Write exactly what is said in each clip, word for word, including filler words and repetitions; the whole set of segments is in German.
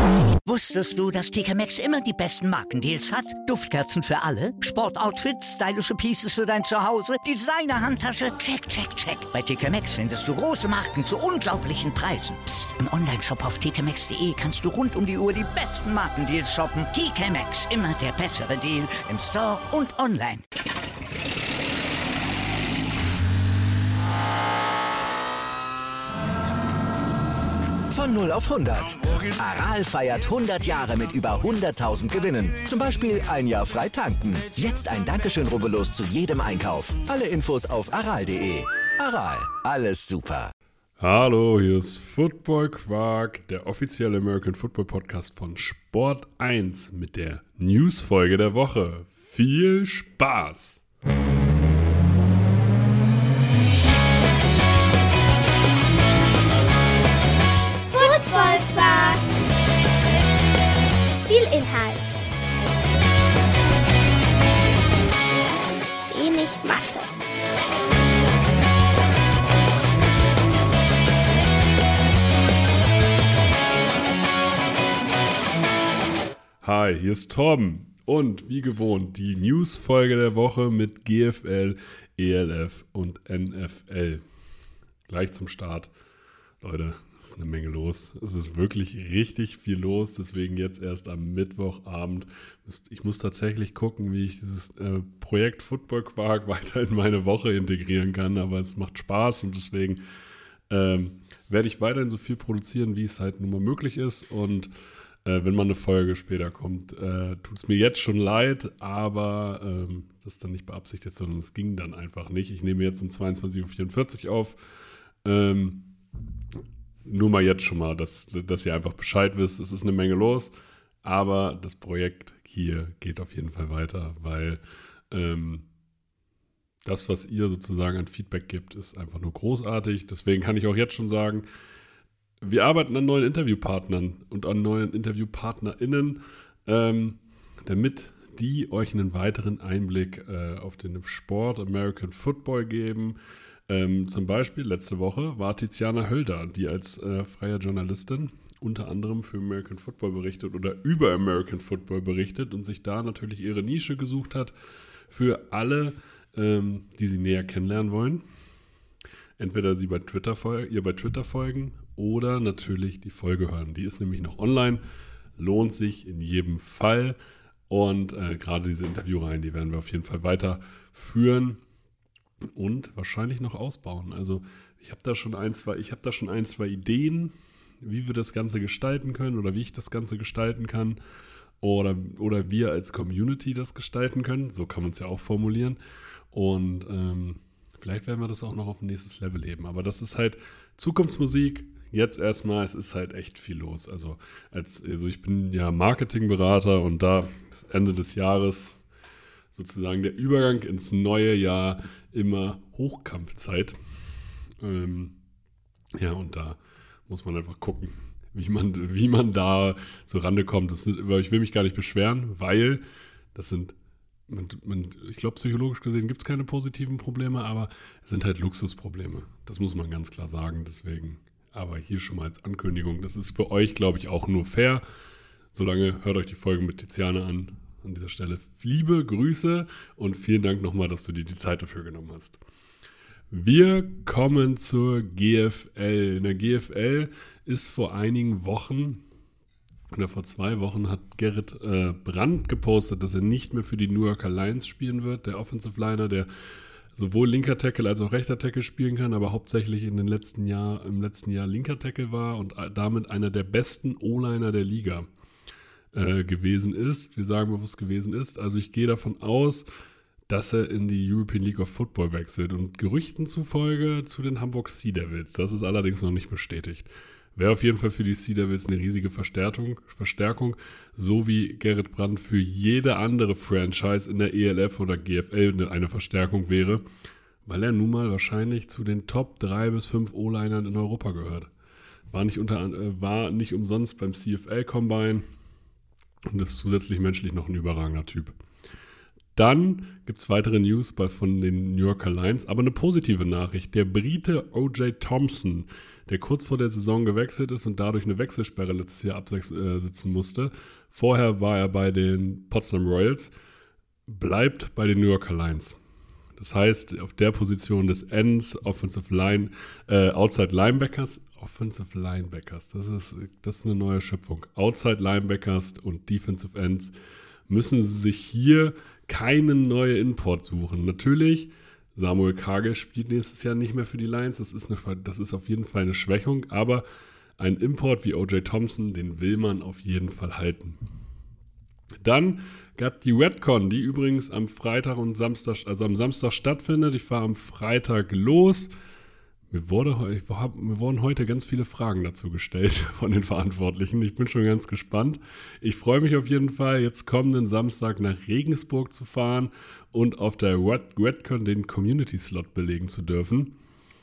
Wusstest du, dass T K Maxx immer die besten Markendeals hat? Duftkerzen für alle, Sportoutfits, stylische Pieces für dein Zuhause, Designer-Handtasche, check, check, check. Bei T K Maxx findest du große Marken zu unglaublichen Preisen. Psst. Im Onlineshop auf t k maxx punkt d e kannst du rund um die Uhr die besten Markendeals shoppen. T K Maxx, immer der bessere Deal im Store und online. Von null auf hundert. Aral feiert hundert Jahre mit über hunderttausend Gewinnen. Zum Beispiel ein Jahr frei tanken. Jetzt ein Dankeschön, rubbellos zu jedem Einkauf. Alle Infos auf aral punkt de. Aral, alles super. Hallo, hier ist Football Quark, der offizielle American Football Podcast von Sport eins mit der Newsfolge der Woche. Viel Spaß! Football-Quark. Viel Inhalt. Wenig Masse. Hi, hier ist Torben und wie gewohnt die Newsfolge der Woche mit G F L, E L F und N F L. Gleich zum Start, Leute. Es ist eine Menge los. Es ist wirklich richtig viel los, deswegen jetzt erst am Mittwochabend. Ich muss tatsächlich gucken, wie ich dieses äh, Projekt Football Quark weiter in meine Woche integrieren kann, aber es macht Spaß und deswegen ähm, werde ich weiterhin so viel produzieren, wie es halt nun mal möglich ist und äh, wenn mal eine Folge später kommt, äh, tut es mir jetzt schon leid, aber ähm, das ist dann nicht beabsichtigt, sondern es ging dann einfach nicht. Ich nehme jetzt um zweiundzwanzig Uhr vierundvierzig auf. Ähm, Nur mal jetzt schon mal, dass, dass ihr einfach Bescheid wisst, es ist eine Menge los, aber das Projekt hier geht auf jeden Fall weiter, weil ähm, das, was ihr sozusagen an Feedback gibt, ist einfach nur großartig. Deswegen kann ich auch jetzt schon sagen, wir arbeiten an neuen Interviewpartnern und an neuen InterviewpartnerInnen, ähm, damit die euch einen weiteren Einblick äh, auf den Sport American Football geben. Ähm, zum Beispiel letzte Woche war Tiziana Hölder, die als äh, freie Journalistin unter anderem für American Football berichtet oder über American Football berichtet und sich da natürlich ihre Nische gesucht hat für alle, ähm, die sie näher kennenlernen wollen. Entweder sie bei Twitter fol- ihr bei Twitter folgen oder natürlich die Folge hören. Die ist nämlich noch online, lohnt sich in jedem Fall und äh, gerade diese Interviewreihen, die werden wir auf jeden Fall weiterführen. Und wahrscheinlich noch ausbauen. Also ich habe da schon ein, zwei, ich habe da schon ein, zwei Ideen, wie wir das Ganze gestalten können oder wie ich das Ganze gestalten kann oder, oder wir als Community das gestalten können. So kann man es ja auch formulieren. Und ähm, vielleicht werden wir das auch noch auf ein nächstes Level heben. Aber das ist halt Zukunftsmusik. Jetzt erstmal, es ist halt echt viel los. Also, als, also ich bin ja Marketingberater und da ist Ende des Jahres sozusagen der Übergang ins neue Jahr immer Hochkampfzeit. Ähm, ja, und da muss man einfach gucken, wie man, wie man da so Rande kommt. Das ist, ich will mich gar nicht beschweren, weil das sind, man, man, ich glaube, psychologisch gesehen gibt es keine positiven Probleme, aber es sind halt Luxusprobleme. Das muss man ganz klar sagen. Deswegen, aber hier schon mal als Ankündigung. Das ist für euch, glaube ich, auch nur fair. Solange hört euch die Folge mit Tiziana an. An dieser Stelle liebe Grüße und vielen Dank nochmal, dass du dir die Zeit dafür genommen hast. Wir kommen zur G F L. In der G F L ist vor einigen Wochen oder vor zwei Wochen hat Gerrit äh, Brandt gepostet, dass er nicht mehr für die New Yorker Lions spielen wird. Der Offensive Liner, der sowohl linker Tackle als auch rechter Tackle spielen kann, aber hauptsächlich in den letzten Jahr, im letzten Jahr linker Tackle war und damit einer der besten O-Liner der Liga Äh, gewesen ist. Wir sagen bewusst gewesen ist. Also ich gehe davon aus, dass er in die European League of Football wechselt und Gerüchten zufolge zu den Hamburg Sea Devils. Das ist allerdings noch nicht bestätigt. Wäre auf jeden Fall für die Sea Devils eine riesige Verstärkung, Verstärkung, so wie Gerrit Brandt für jede andere Franchise in der E L F oder G F L eine Verstärkung wäre, weil er nun mal wahrscheinlich zu den Top drei bis fünf O-Linern in Europa gehört. War nicht, unter, äh, war nicht umsonst beim C F L Combine und ist zusätzlich menschlich noch ein überragender Typ. Dann gibt es weitere News bei, von den New Yorker Lions, aber eine positive Nachricht. Der Brite O J Thompson, der kurz vor der Saison gewechselt ist und dadurch eine Wechselsperre letztes Jahr absitzen musste, vorher war er bei den Potsdam Royals, bleibt bei den New Yorker Lions. Das heißt, auf der Position des Ends, Offensive Line, äh, Outside Linebackers, Offensive Linebackers, das ist, das ist eine neue Schöpfung. Outside Linebackers und Defensive Ends müssen sie sich hier keinen neuen Import suchen. Natürlich, Samuel Kage spielt nächstes Jahr nicht mehr für die Lions, das ist, eine, das ist auf jeden Fall eine Schwächung, aber ein Import wie O J Thompson, den will man auf jeden Fall halten. Dann gab die Redcon, die übrigens am Freitag und Samstag, also am Samstag stattfindet. Ich fahre am Freitag los. Mir, wurde, mir wurden heute ganz viele Fragen dazu gestellt von den Verantwortlichen. Ich bin schon ganz gespannt. Ich freue mich auf jeden Fall, jetzt kommenden Samstag nach Regensburg zu fahren und auf der Red, Redcon den Community-Slot belegen zu dürfen.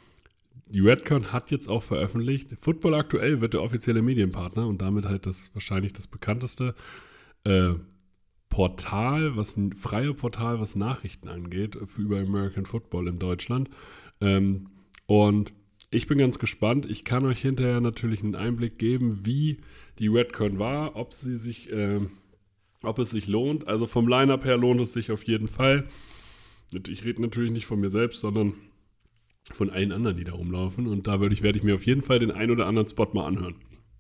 Die Redcon hat jetzt auch veröffentlicht, Football Aktuell wird der offizielle Medienpartner und damit halt das wahrscheinlich das bekannteste äh, Portal, was ein freie Portal, was Nachrichten angeht, für über American Football in Deutschland. Ähm, Und ich bin ganz gespannt. Ich kann euch hinterher natürlich einen Einblick geben, wie die Redcon war, ob sie sich, äh, ob es sich lohnt. Also vom Line-Up her lohnt es sich auf jeden Fall. Ich rede natürlich nicht von mir selbst, sondern von allen anderen, die da rumlaufen. Und da werde ich, werde ich mir auf jeden Fall den einen oder anderen Spot mal anhören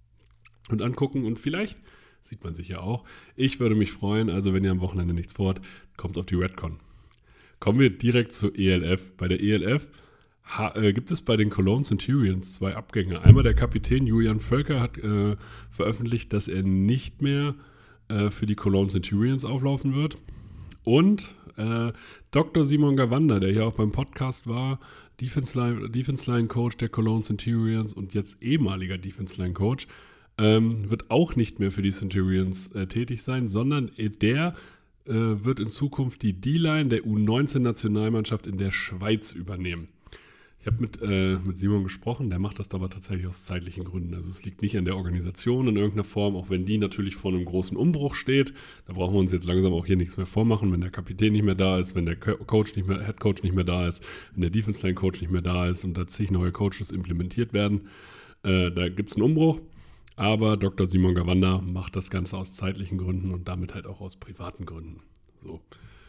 und angucken. Und vielleicht sieht man sich ja auch. Ich würde mich freuen, also wenn ihr am Wochenende nichts vorhabt, kommt auf die Redcon. Kommen wir direkt zur E L F. Bei der E L F Ha, äh, gibt es bei den Cologne Centurions zwei Abgänge. Einmal der Kapitän Julian Völker hat äh, veröffentlicht, dass er nicht mehr äh, für die Cologne Centurions auflaufen wird. Und äh, Doktor Simon Gawanda, der hier auch beim Podcast war, Defense Line, Defense Line Coach der Cologne Centurions und jetzt ehemaliger Defense Line Coach, ähm, wird auch nicht mehr für die Centurions äh, tätig sein, sondern der äh, wird in Zukunft die D-Line der U neunzehn Nationalmannschaft in der Schweiz übernehmen. Ich habe mit, äh, mit Simon gesprochen, der macht das aber tatsächlich aus zeitlichen Gründen. Also es liegt nicht an der Organisation in irgendeiner Form, auch wenn die natürlich vor einem großen Umbruch steht. Da brauchen wir uns jetzt langsam auch hier nichts mehr vormachen, wenn der Kapitän nicht mehr da ist, wenn der Coach nicht mehr, Head Coach nicht mehr da ist, wenn der Defense Line Coach nicht mehr da ist und da zig neue Coaches implementiert werden. Äh, da gibt es einen Umbruch. Aber Doktor Simon Gawanda macht das Ganze aus zeitlichen Gründen und damit halt auch aus privaten Gründen. So.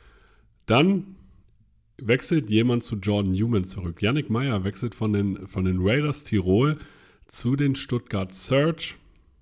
Dann wechselt jemand zu Jordan Newman zurück. Yannick Meyer wechselt von den, von den Raiders Tirol zu den Stuttgart Surge,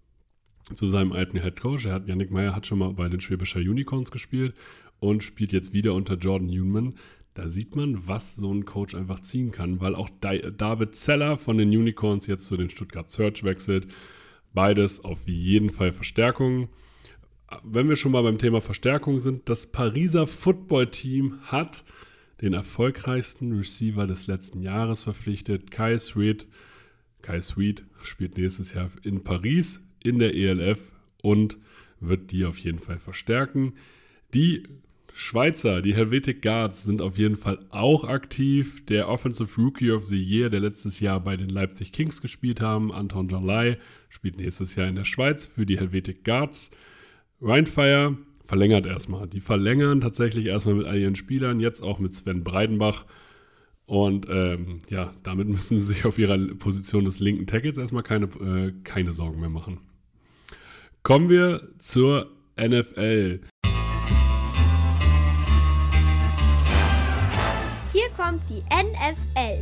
zu seinem alten Headcoach. Er hat, Yannick Meyer hat schon mal bei den Schwäbischer Unicorns gespielt und spielt jetzt wieder unter Jordan Newman. Da sieht man, was so ein Coach einfach ziehen kann, weil auch David Zeller von den Unicorns jetzt zu den Stuttgart Surge wechselt. Beides auf jeden Fall Verstärkungen. Wenn wir schon mal beim Thema Verstärkung sind, das Pariser Football-Team hat den erfolgreichsten Receiver des letzten Jahres verpflichtet, Kai Sweet. Kai Sweet spielt nächstes Jahr in Paris in der E L F und wird die auf jeden Fall verstärken. Die Schweizer, die Helvetic Guards, sind auf jeden Fall auch aktiv. Der Offensive Rookie of the Year, der letztes Jahr bei den Leipzig Kings gespielt haben, Anton Jalai, spielt nächstes Jahr in der Schweiz für die Helvetic Guards. Rheinfire verlängert erstmal. Die verlängern tatsächlich erstmal mit all ihren Spielern, jetzt auch mit Sven Breidenbach. Und ähm, ja, damit müssen sie sich auf ihrer Position des linken Tackles erstmal keine, äh, keine Sorgen mehr machen. Kommen wir zur N F L. Hier kommt die N F L.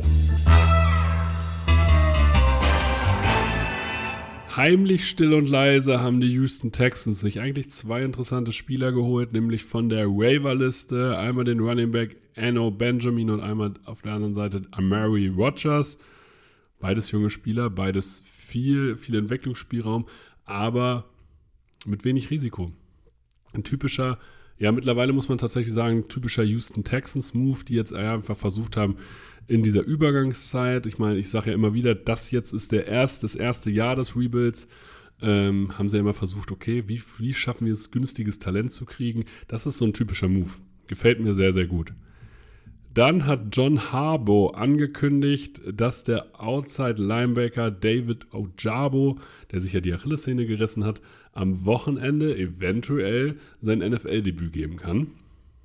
Heimlich still und leise haben die Houston Texans sich eigentlich zwei interessante Spieler geholt, nämlich von der Waiver-Liste einmal den Running Back Eno Benjamin und einmal auf der anderen Seite Amari Rodgers. Beides junge Spieler, beides viel, viel Entwicklungsspielraum, aber mit wenig Risiko. Ein typischer, ja mittlerweile muss man tatsächlich sagen, typischer Houston Texans Move, die jetzt einfach versucht haben, in dieser Übergangszeit, ich meine, ich sage ja immer wieder, das jetzt ist der erst, das erste Jahr des Rebuilds, ähm, haben sie ja immer versucht, okay, wie, wie schaffen wir es, günstiges Talent zu kriegen? Das ist so ein typischer Move. Gefällt mir sehr, sehr gut. Dann hat John Harbaugh angekündigt, dass der Outside-Linebacker David Ojabo, der sich ja die Achillessehne gerissen hat, am Wochenende eventuell sein N F L-Debüt geben kann.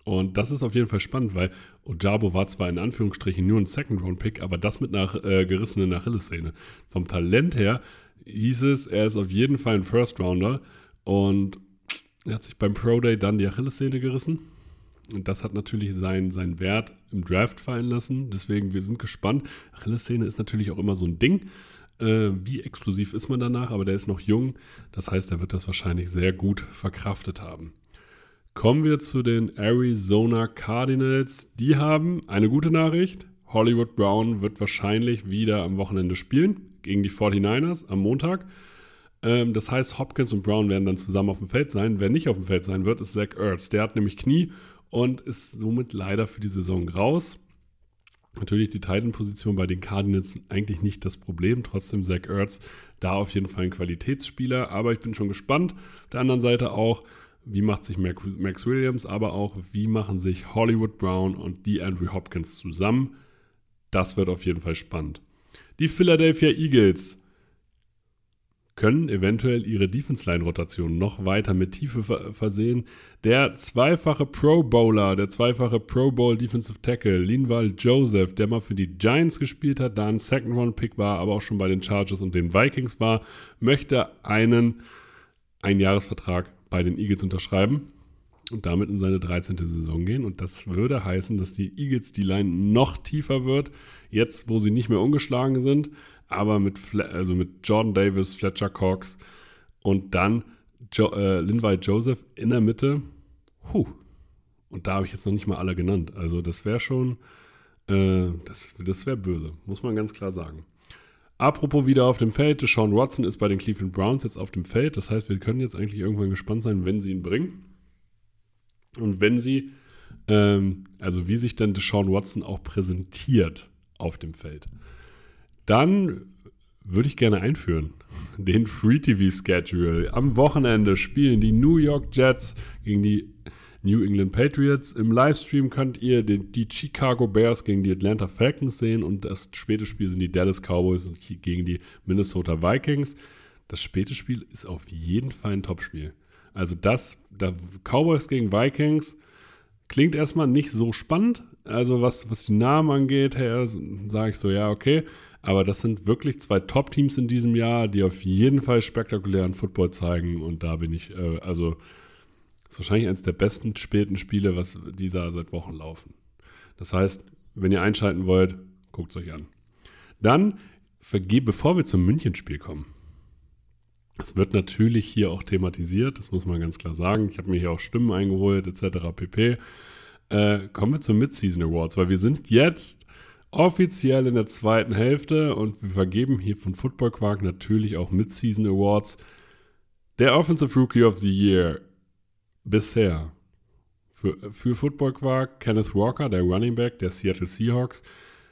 Und das ist auf jeden Fall spannend, weil Ojabo war zwar in Anführungsstrichen nur ein Second-Round-Pick, aber das mit einer äh, gerissenen Achillessehne. Vom Talent her hieß es, er ist auf jeden Fall ein First-Rounder und er hat sich beim Pro-Day dann die Achillessehne gerissen. Und das hat natürlich seinen, seinen Wert im Draft fallen lassen. Deswegen, wir sind gespannt. Achillessehne ist natürlich auch immer so ein Ding. Äh, wie explosiv ist man danach? Aber der ist noch jung. Das heißt, er wird das wahrscheinlich sehr gut verkraftet haben. Kommen wir zu den Arizona Cardinals. Die haben eine gute Nachricht. Hollywood Brown wird wahrscheinlich wieder am Wochenende spielen gegen die forty-niners am Montag. Ähm, das heißt, Hopkins und Brown werden dann zusammen auf dem Feld sein. Wer nicht auf dem Feld sein wird, ist Zach Ertz. Der hat nämlich Knie und ist somit leider für die Saison raus. Natürlich die Titan-Position bei den Cardinals eigentlich nicht das Problem. Trotzdem Zach Ertz da auf jeden Fall ein Qualitätsspieler. Aber ich bin schon gespannt. Auf der anderen Seite auch, wie macht sich Max Williams, aber auch, wie machen sich Hollywood Brown und DeAndre Hopkins zusammen. Das wird auf jeden Fall spannend. Die Philadelphia Eagles können eventuell ihre Defense-Line-Rotation noch weiter mit Tiefe versehen. Der zweifache Pro-Bowler, der zweifache Pro-Bowl-Defensive Tackle, Linval Joseph, der mal für die Giants gespielt hat, da ein Second-Round-Pick war, aber auch schon bei den Chargers und den Vikings war, möchte einen Einjahresvertrag bei den Eagles unterschreiben und damit in seine dreizehnte Saison gehen. Und das würde heißen, dass die Eagles die Line noch tiefer wird, jetzt wo sie nicht mehr ungeschlagen sind, aber mit, also mit Jordan Davis, Fletcher Cox und dann jo, äh, Linval Joseph in der Mitte. Huh. Und da habe ich jetzt noch nicht mal alle genannt. Also das wäre schon, äh, das, das wäre böse, muss man ganz klar sagen. Apropos wieder auf dem Feld, Deshaun Watson ist bei den Cleveland Browns jetzt auf dem Feld. Das heißt, wir können jetzt eigentlich irgendwann gespannt sein, wenn sie ihn bringen. Und wenn sie, ähm, also wie sich dann Deshaun Watson auch präsentiert auf dem Feld. Dann würde ich gerne einführen den Free-T V-Schedule. Am Wochenende spielen die New York Jets gegen die New England Patriots. Im Livestream könnt ihr den, die Chicago Bears gegen die Atlanta Falcons sehen und das späte Spiel sind die Dallas Cowboys gegen die Minnesota Vikings. Das späte Spiel ist auf jeden Fall ein Topspiel. Also das, da Cowboys gegen Vikings klingt erstmal nicht so spannend. Also was, was die Namen angeht, her, sage ich so, ja, okay. Aber das sind wirklich zwei Top-Teams in diesem Jahr, die auf jeden Fall spektakulären Football zeigen. Und da bin ich, äh, also ist wahrscheinlich eines der besten späten Spiele, was dieser seit Wochen laufen. Das heißt, wenn ihr einschalten wollt, guckt es euch an. Dann, bevor wir zum München-Spiel kommen, es wird natürlich hier auch thematisiert, das muss man ganz klar sagen. Ich habe mir hier auch Stimmen eingeholt, et cetera pp. Äh, kommen wir zum Mid-Season Awards, weil wir sind jetzt offiziell in der zweiten Hälfte und wir vergeben hier von Football Quark natürlich auch Mid-Season Awards. Der Offensive Rookie of the Year bisher für, für Football Quark, Kenneth Walker, der Running Back der Seattle Seahawks.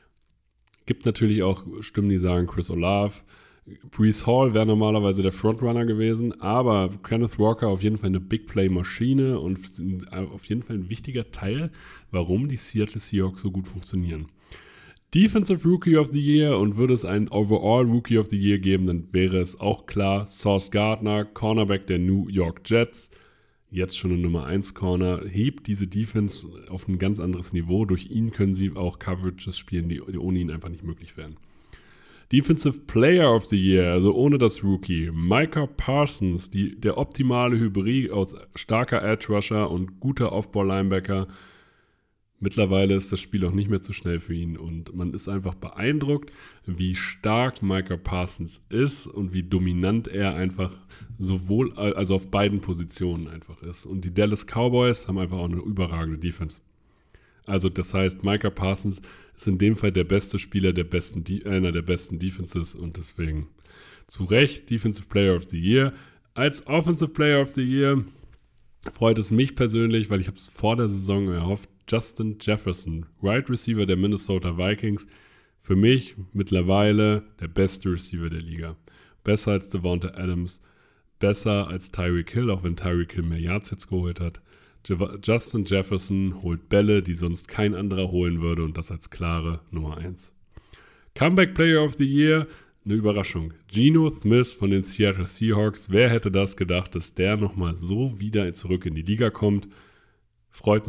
Gibt natürlich auch Stimmen, die sagen Chris Olave. Breece Hall wäre normalerweise der Frontrunner gewesen, aber Kenneth Walker auf jeden Fall eine Big-Play-Maschine und auf jeden Fall ein wichtiger Teil, warum die Seattle Seahawks so gut funktionieren. Defensive Rookie of the Year und würde es einen Overall Rookie of the Year geben, dann wäre es auch klar Sauce Gardner, Cornerback der New York Jets, jetzt schon eine Nummer eins Corner, hebt diese Defense auf ein ganz anderes Niveau. Durch ihn können sie auch Coverages spielen, die, die ohne ihn einfach nicht möglich wären. Defensive Player of the Year, also ohne das Rookie, Micah Parsons, die, der optimale Hybrid aus starker Edge-Rusher und guter Off-Ball-Linebacker. Mittlerweile ist das Spiel auch nicht mehr zu schnell für ihn und man ist einfach beeindruckt, wie stark Micah Parsons ist und wie dominant er einfach sowohl, also auf beiden Positionen einfach ist. Und die Dallas Cowboys haben einfach auch eine überragende Defense. Also das heißt, Micah Parsons ist in dem Fall der beste Spieler der besten, einer der besten Defenses und deswegen zu Recht Defensive Player of the Year. Als Offensive Player of the Year freut es mich persönlich, weil ich habe es vor der Saison erhofft, Justin Jefferson, Wide Receiver der Minnesota Vikings, für mich mittlerweile der beste Receiver der Liga. Besser als Devonta Adams, besser als Tyreek Hill, auch wenn Tyreek Hill mehr Yards jetzt geholt hat. Justin Jefferson holt Bälle, die sonst kein anderer holen würde und das als klare Nummer eins. Comeback Player of the Year, eine Überraschung. Geno Smith von den Seattle Seahawks. Wer hätte das gedacht, dass der nochmal so wieder zurück in die Liga kommt? Freut mich,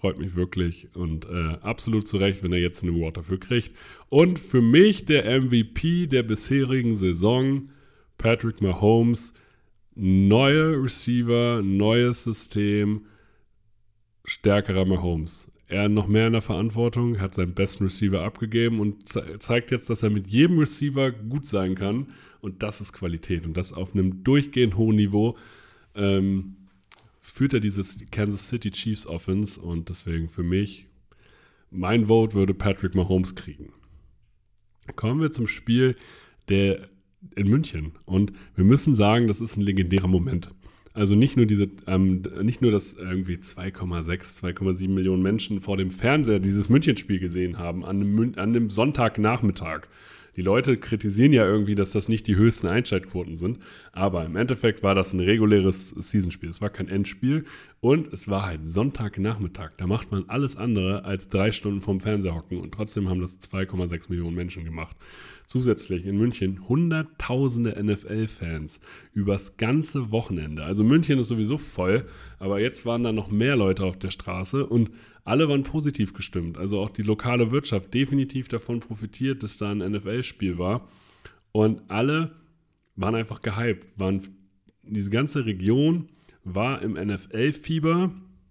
freut mich wirklich und äh, absolut zu Recht, wenn er jetzt einen Award dafür kriegt. Und für mich der M V P der bisherigen Saison, Patrick Mahomes, neue Receiver, neues System, stärkerer Mahomes. Er noch mehr in der Verantwortung, hat seinen besten Receiver abgegeben und ze- zeigt jetzt, dass er mit jedem Receiver gut sein kann. Und das ist Qualität. Und das auf einem durchgehend hohen Niveau ähm, führt er dieses Kansas City Chiefs Offense. Und deswegen für mich, mein Vote würde Patrick Mahomes kriegen. Kommen wir zum Spiel der in München. Und wir müssen sagen, das ist ein legendärer Moment. Also nicht nur diese, ähm, nicht nur, dass irgendwie zwei Komma sechs, zwei Komma sieben Millionen Menschen vor dem Fernseher dieses Münchenspiel gesehen haben, an einem, an einem Sonntagnachmittag. Die Leute kritisieren ja irgendwie, dass das nicht die höchsten Einschaltquoten sind, aber im Endeffekt war das ein reguläres Seasonspiel. Es war kein Endspiel und es war halt Sonntagnachmittag. Da macht man alles andere als drei Stunden vorm Fernseher hocken und trotzdem haben das zwei Komma sechs Millionen Menschen gemacht. Zusätzlich in München hunderttausende N F L-Fans übers ganze Wochenende. Also München ist sowieso voll, aber jetzt waren da noch mehr Leute auf der Straße und alle waren positiv gestimmt. Also auch die lokale Wirtschaft definitiv davon profitiert, dass da ein N F L-Spiel war. Und alle waren einfach gehypt. Waren, diese ganze Region war im N F L-Fieber.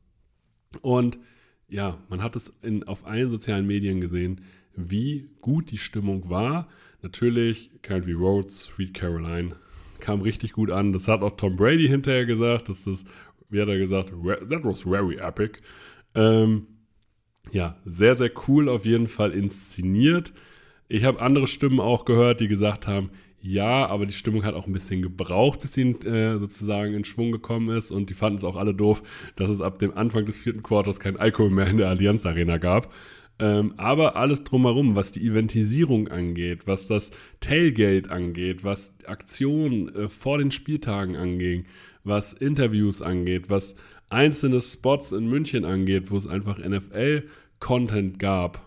Und ja, man hat es in, auf allen sozialen Medien gesehen, wie gut die Stimmung war. Natürlich, Country Roads, Sweet Caroline, kam richtig gut an. Das hat auch Tom Brady hinterher gesagt. Das ist, wie hat er gesagt, that was very epic. Ähm, ja, sehr, sehr cool auf jeden Fall inszeniert. Ich habe andere Stimmen auch gehört, die gesagt haben, ja, aber die Stimmung hat auch ein bisschen gebraucht, bis sie äh, sozusagen in Schwung gekommen ist und die fanden es auch alle doof, dass es ab dem Anfang des vierten Quarters kein Alkohol mehr in der Allianz Arena gab. Ähm, aber alles drumherum, was die Eventisierung angeht, was das Tailgate angeht, was Aktionen äh, vor den Spieltagen anging, was Interviews angeht, was einzelne Spots in München angeht, wo es einfach N F L-Content gab.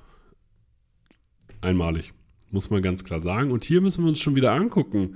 Einmalig, muss man ganz klar sagen. Und hier müssen wir uns schon wieder angucken.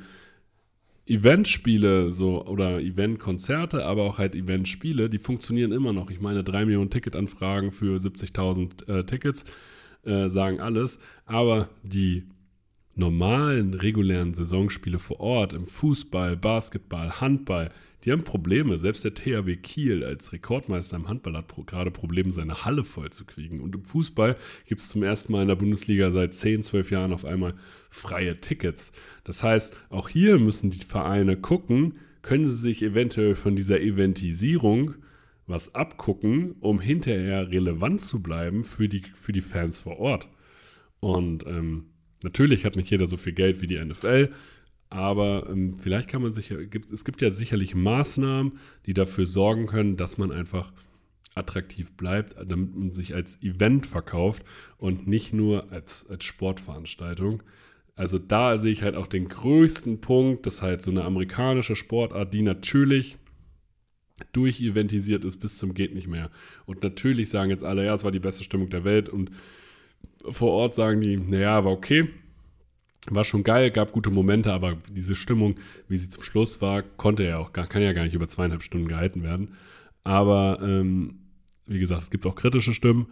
Eventspiele so oder Eventkonzerte, aber auch halt Eventspiele, die funktionieren immer noch. Ich meine, drei Millionen Ticketanfragen für siebzigtausend äh, Tickets äh, sagen alles. Aber die normalen, regulären Saisonspiele vor Ort im Fußball, Basketball, Handball, die haben Probleme. Selbst der T H W Kiel als Rekordmeister im Handball hat pro, gerade Probleme, seine Halle voll zu kriegen. Und im Fußball gibt es zum ersten Mal in der Bundesliga seit zehn, zwölf Jahren auf einmal freie Tickets. Das heißt, auch hier müssen die Vereine gucken, können sie sich eventuell von dieser Eventisierung was abgucken, um hinterher relevant zu bleiben für die, für die Fans vor Ort. Und ähm, natürlich hat nicht jeder so viel Geld wie die N F L, aber ähm, vielleicht kann man sich, gibt, es gibt ja sicherlich Maßnahmen, die dafür sorgen können, dass man einfach attraktiv bleibt, damit man sich als Event verkauft und nicht nur als, als Sportveranstaltung. Also da sehe ich halt auch den größten Punkt, dass halt so eine amerikanische Sportart, die natürlich durcheventisiert ist bis zum geht nicht mehr. Und natürlich sagen jetzt alle, ja, es war die beste Stimmung der Welt und vor Ort sagen die, naja, war okay. War schon geil, gab gute Momente, aber diese Stimmung, wie sie zum Schluss war, konnte ja auch gar, kann ja gar nicht über zweieinhalb Stunden gehalten werden. Aber ähm, wie gesagt, es gibt auch kritische Stimmen.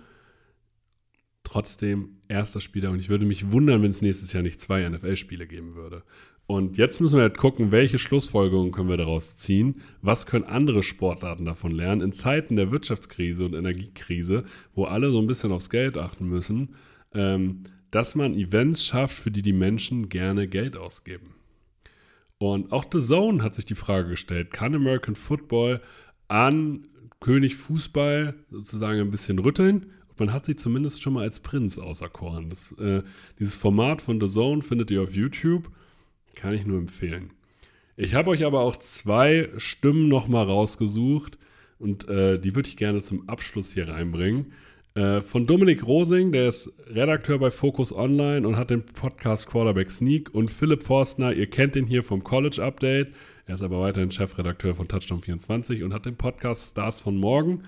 Trotzdem erster Spieler und ich würde mich wundern, wenn es nächstes Jahr nicht zwei N F L-Spiele geben würde. Und jetzt müssen wir halt gucken, welche Schlussfolgerungen können wir daraus ziehen, was können andere Sportarten davon lernen in Zeiten der Wirtschaftskrise und Energiekrise, wo alle so ein bisschen aufs Geld achten müssen, ähm, dass man Events schafft, für die die Menschen gerne Geld ausgeben. Und auch The Zone hat sich die Frage gestellt, kann American Football an König Fußball sozusagen ein bisschen rütteln? Und man hat sich zumindest schon mal als Prinz auserkoren. Das, äh, dieses Format von The Zone findet ihr auf YouTube, kann ich nur empfehlen. Ich habe euch aber auch zwei Stimmen nochmal rausgesucht und äh, die würde ich gerne zum Abschluss hier reinbringen. Von Dominik Rosing, der ist Redakteur bei Focus Online und hat den Podcast Quarterback Sneak. Und Philipp Forstner, ihr kennt ihn hier vom College Update. Er ist aber weiterhin Chefredakteur von Touchdown vierundzwanzig und hat den Podcast Stars von Morgen.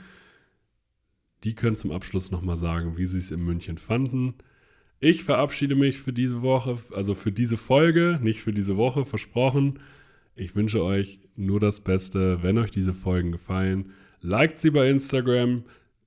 Die können zum Abschluss nochmal sagen, wie sie es in München fanden. Ich verabschiede mich für diese Woche, also für diese Folge, nicht für diese Woche, versprochen. Ich wünsche euch nur das Beste. Wenn euch diese Folgen gefallen, liked sie bei Instagram,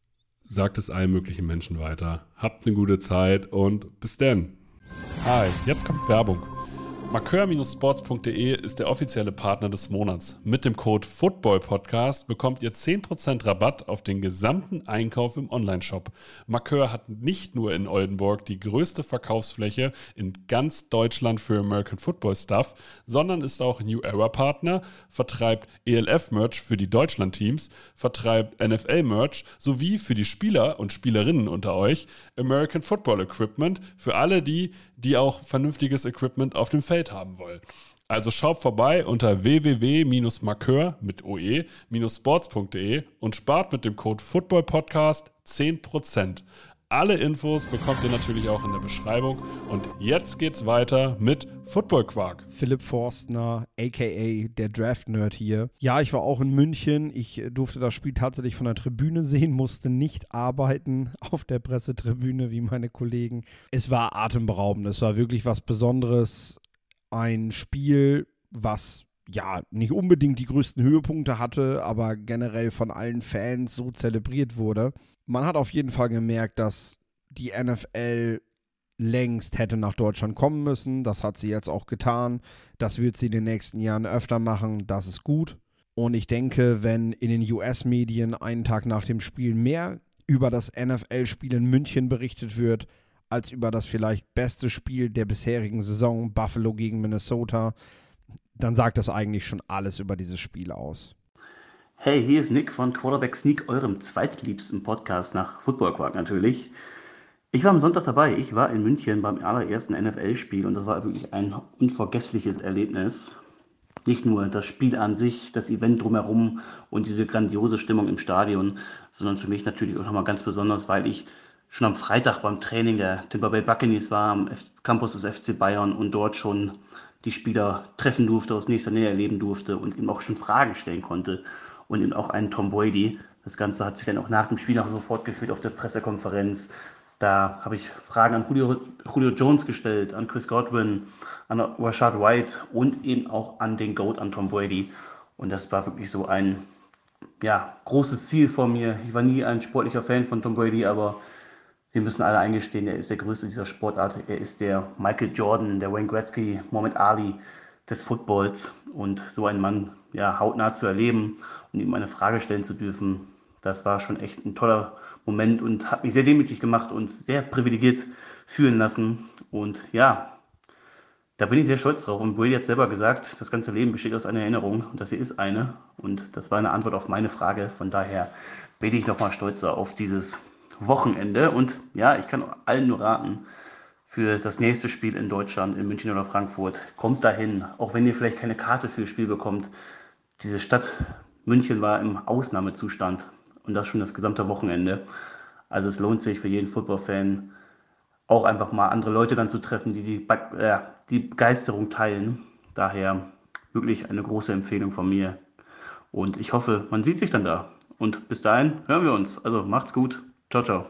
sagt es allen möglichen Menschen weiter. Habt eine gute Zeit und bis dann. Hi, jetzt kommt Werbung. Markör Sports punkt de ist der offizielle Partner des Monats. Mit dem Code FOOTBALLPODCAST bekommt ihr zehn Prozent Rabatt auf den gesamten Einkauf im Onlineshop. Markör hat nicht nur in Oldenburg die größte Verkaufsfläche in ganz Deutschland für American Football Stuff, sondern ist auch New Era Partner, vertreibt E L F-Merch für die Deutschland-Teams, vertreibt N F L-Merch sowie für die Spieler und Spielerinnen unter euch American Football Equipment für alle die, die auch vernünftiges Equipment auf dem Feld haben wollen. Also schaut vorbei unter w w w Bindestrich markeur mit oe Sports punkt de und spart mit dem Code FOOTBALLPODCAST zehn Prozent. Alle Infos bekommt ihr natürlich auch in der Beschreibung. Und jetzt geht's weiter mit Football Quark. Philipp Forstner, a k a der Draft-Nerd hier. Ja, ich war auch in München. Ich durfte das Spiel tatsächlich von der Tribüne sehen, musste nicht arbeiten auf der Pressetribüne wie meine Kollegen. Es war atemberaubend. Es war wirklich was Besonderes. Ein Spiel, was ja nicht unbedingt die größten Höhepunkte hatte, aber generell von allen Fans so zelebriert wurde. Man hat auf jeden Fall gemerkt, dass die N F L längst hätte nach Deutschland kommen müssen. Das hat sie jetzt auch getan. Das wird sie in den nächsten Jahren öfter machen. Das ist gut. Und ich denke, wenn in den U S-Medien einen Tag nach dem Spiel mehr über das N F L-Spiel in München berichtet wird, als über das vielleicht beste Spiel der bisherigen Saison, Buffalo gegen Minnesota, dann sagt das eigentlich schon alles über dieses Spiel aus. Hey, hier ist Nick von Quarterback Sneak, eurem zweitliebsten Podcast nach Football Quark natürlich. Ich war am Sonntag dabei. Ich war in München beim allerersten N F L-Spiel und das war wirklich ein unvergessliches Erlebnis. Nicht nur das Spiel an sich, das Event drumherum und diese grandiose Stimmung im Stadion, sondern für mich natürlich auch nochmal ganz besonders, weil ich schon am Freitag beim Training der Tampa Bay Buccaneers war, am Campus des F C Bayern und dort schon die Spieler treffen durfte, aus nächster Nähe erleben durfte und ihm auch schon Fragen stellen konnte. Und eben auch einen Tom Brady. Das Ganze hat sich dann auch nach dem Spiel noch so fortgeführt auf der Pressekonferenz. Da habe ich Fragen an Julio, Julio Jones gestellt, an Chris Godwin, an Rashad White und eben auch an den GOAT, an Tom Brady. Und das war wirklich so ein ja, großes Ziel von mir. Ich war nie ein sportlicher Fan von Tom Brady, aber wir müssen alle eingestehen, er ist der Größte dieser Sportart. Er ist der Michael Jordan, der Wayne Gretzky, Muhammad Ali des Footballs. Und so einen Mann ja, hautnah zu erleben und ihm eine Frage stellen zu dürfen, das war schon echt ein toller Moment und hat mich sehr demütig gemacht und sehr privilegiert fühlen lassen. Und ja, da bin ich sehr stolz drauf. Und Brady hat selber gesagt, das ganze Leben besteht aus einer Erinnerung und das hier ist eine. Und das war eine Antwort auf meine Frage. Von daher bin ich nochmal stolzer auf dieses Wochenende. Und ja, ich kann allen nur raten, für das nächste Spiel in Deutschland, in München oder Frankfurt, kommt dahin, auch wenn ihr vielleicht keine Karte für das Spiel bekommt. Diese Stadt München war im Ausnahmezustand und das schon das gesamte Wochenende. Also es lohnt sich für jeden Football-Fan, auch einfach mal andere Leute dann zu treffen, die die, äh, die Begeisterung teilen. Daher wirklich eine große Empfehlung von mir. Und ich hoffe, man sieht sich dann da. Und bis dahin hören wir uns. Also macht's gut. Ciao, ciao.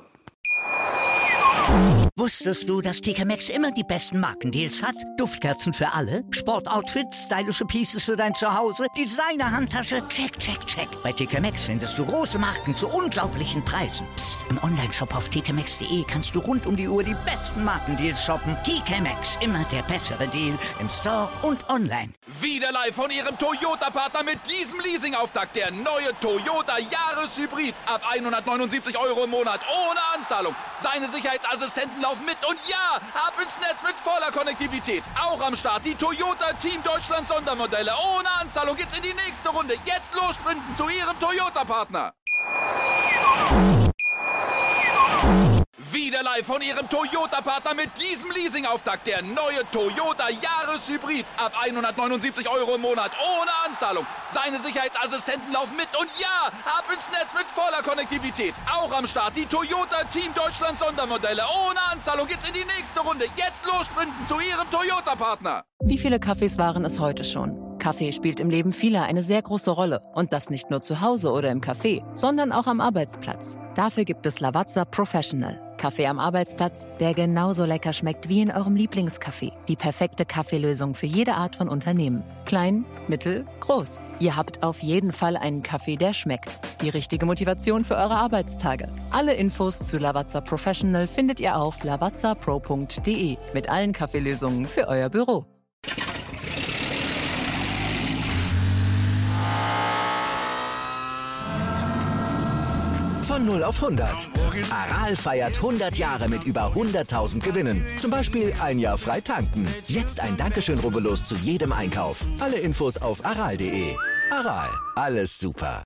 Wusstest du, dass T K Maxx immer die besten Markendeals hat? Duftkerzen für alle, Sportoutfits, stylische Pieces für dein Zuhause, Designer-Handtasche, check, check, check. Bei T K Maxx findest du große Marken zu unglaublichen Preisen. Psst. Im Onlineshop auf t k maxx punkt de kannst du rund um die Uhr die besten Markendeals shoppen. T K Maxx, immer der bessere Deal im Store und online. Wieder live von Ihrem Toyota-Partner mit diesem Leasing-Auftakt. Der neue Toyota Jahreshybrid. Ab hundertneunundsiebzig Euro im Monat ohne Anzahlung. Seine Sicherheitsassistenten laufen mit und ja, ab ins Netz mit voller Konnektivität. Auch am Start die Toyota Team Deutschland Sondermodelle. Ohne Anzahlung geht's in die nächste Runde. Jetzt los sprinten zu Ihrem Toyota-Partner. Wieder live von Ihrem Toyota-Partner mit diesem Leasing-Auftakt. Der neue Toyota Jahreshybrid. Ab hundertneunundsiebzig Euro im Monat ohne Anzahlung. Seine Sicherheitsassistenten laufen mit und ja, ab ins Netz mit voller Konnektivität. Auch am Start die Toyota Team Deutschland Sondermodelle. Ohne Anzahlung geht's in die nächste Runde. Jetzt los sprinten zu Ihrem Toyota-Partner. Wie viele Kaffees waren es heute schon? Kaffee spielt im Leben vieler eine sehr große Rolle. Und das nicht nur zu Hause oder im Café, sondern auch am Arbeitsplatz. Dafür gibt es Lavazza Professional. Kaffee am Arbeitsplatz, der genauso lecker schmeckt wie in eurem Lieblingscafé. Die perfekte Kaffeelösung für jede Art von Unternehmen. Klein, mittel, groß. Ihr habt auf jeden Fall einen Kaffee, der schmeckt. Die richtige Motivation für eure Arbeitstage. Alle Infos zu Lavazza Professional findet ihr auf lavazza pro punkt de mit allen Kaffeelösungen für euer Büro. Von null auf hundert. Aral feiert hundert Jahre mit über hunderttausend Gewinnen. Zum Beispiel ein Jahr frei tanken. Jetzt ein Dankeschön, rubbellos zu jedem Einkauf. Alle Infos auf aral punkt de. Aral, alles super.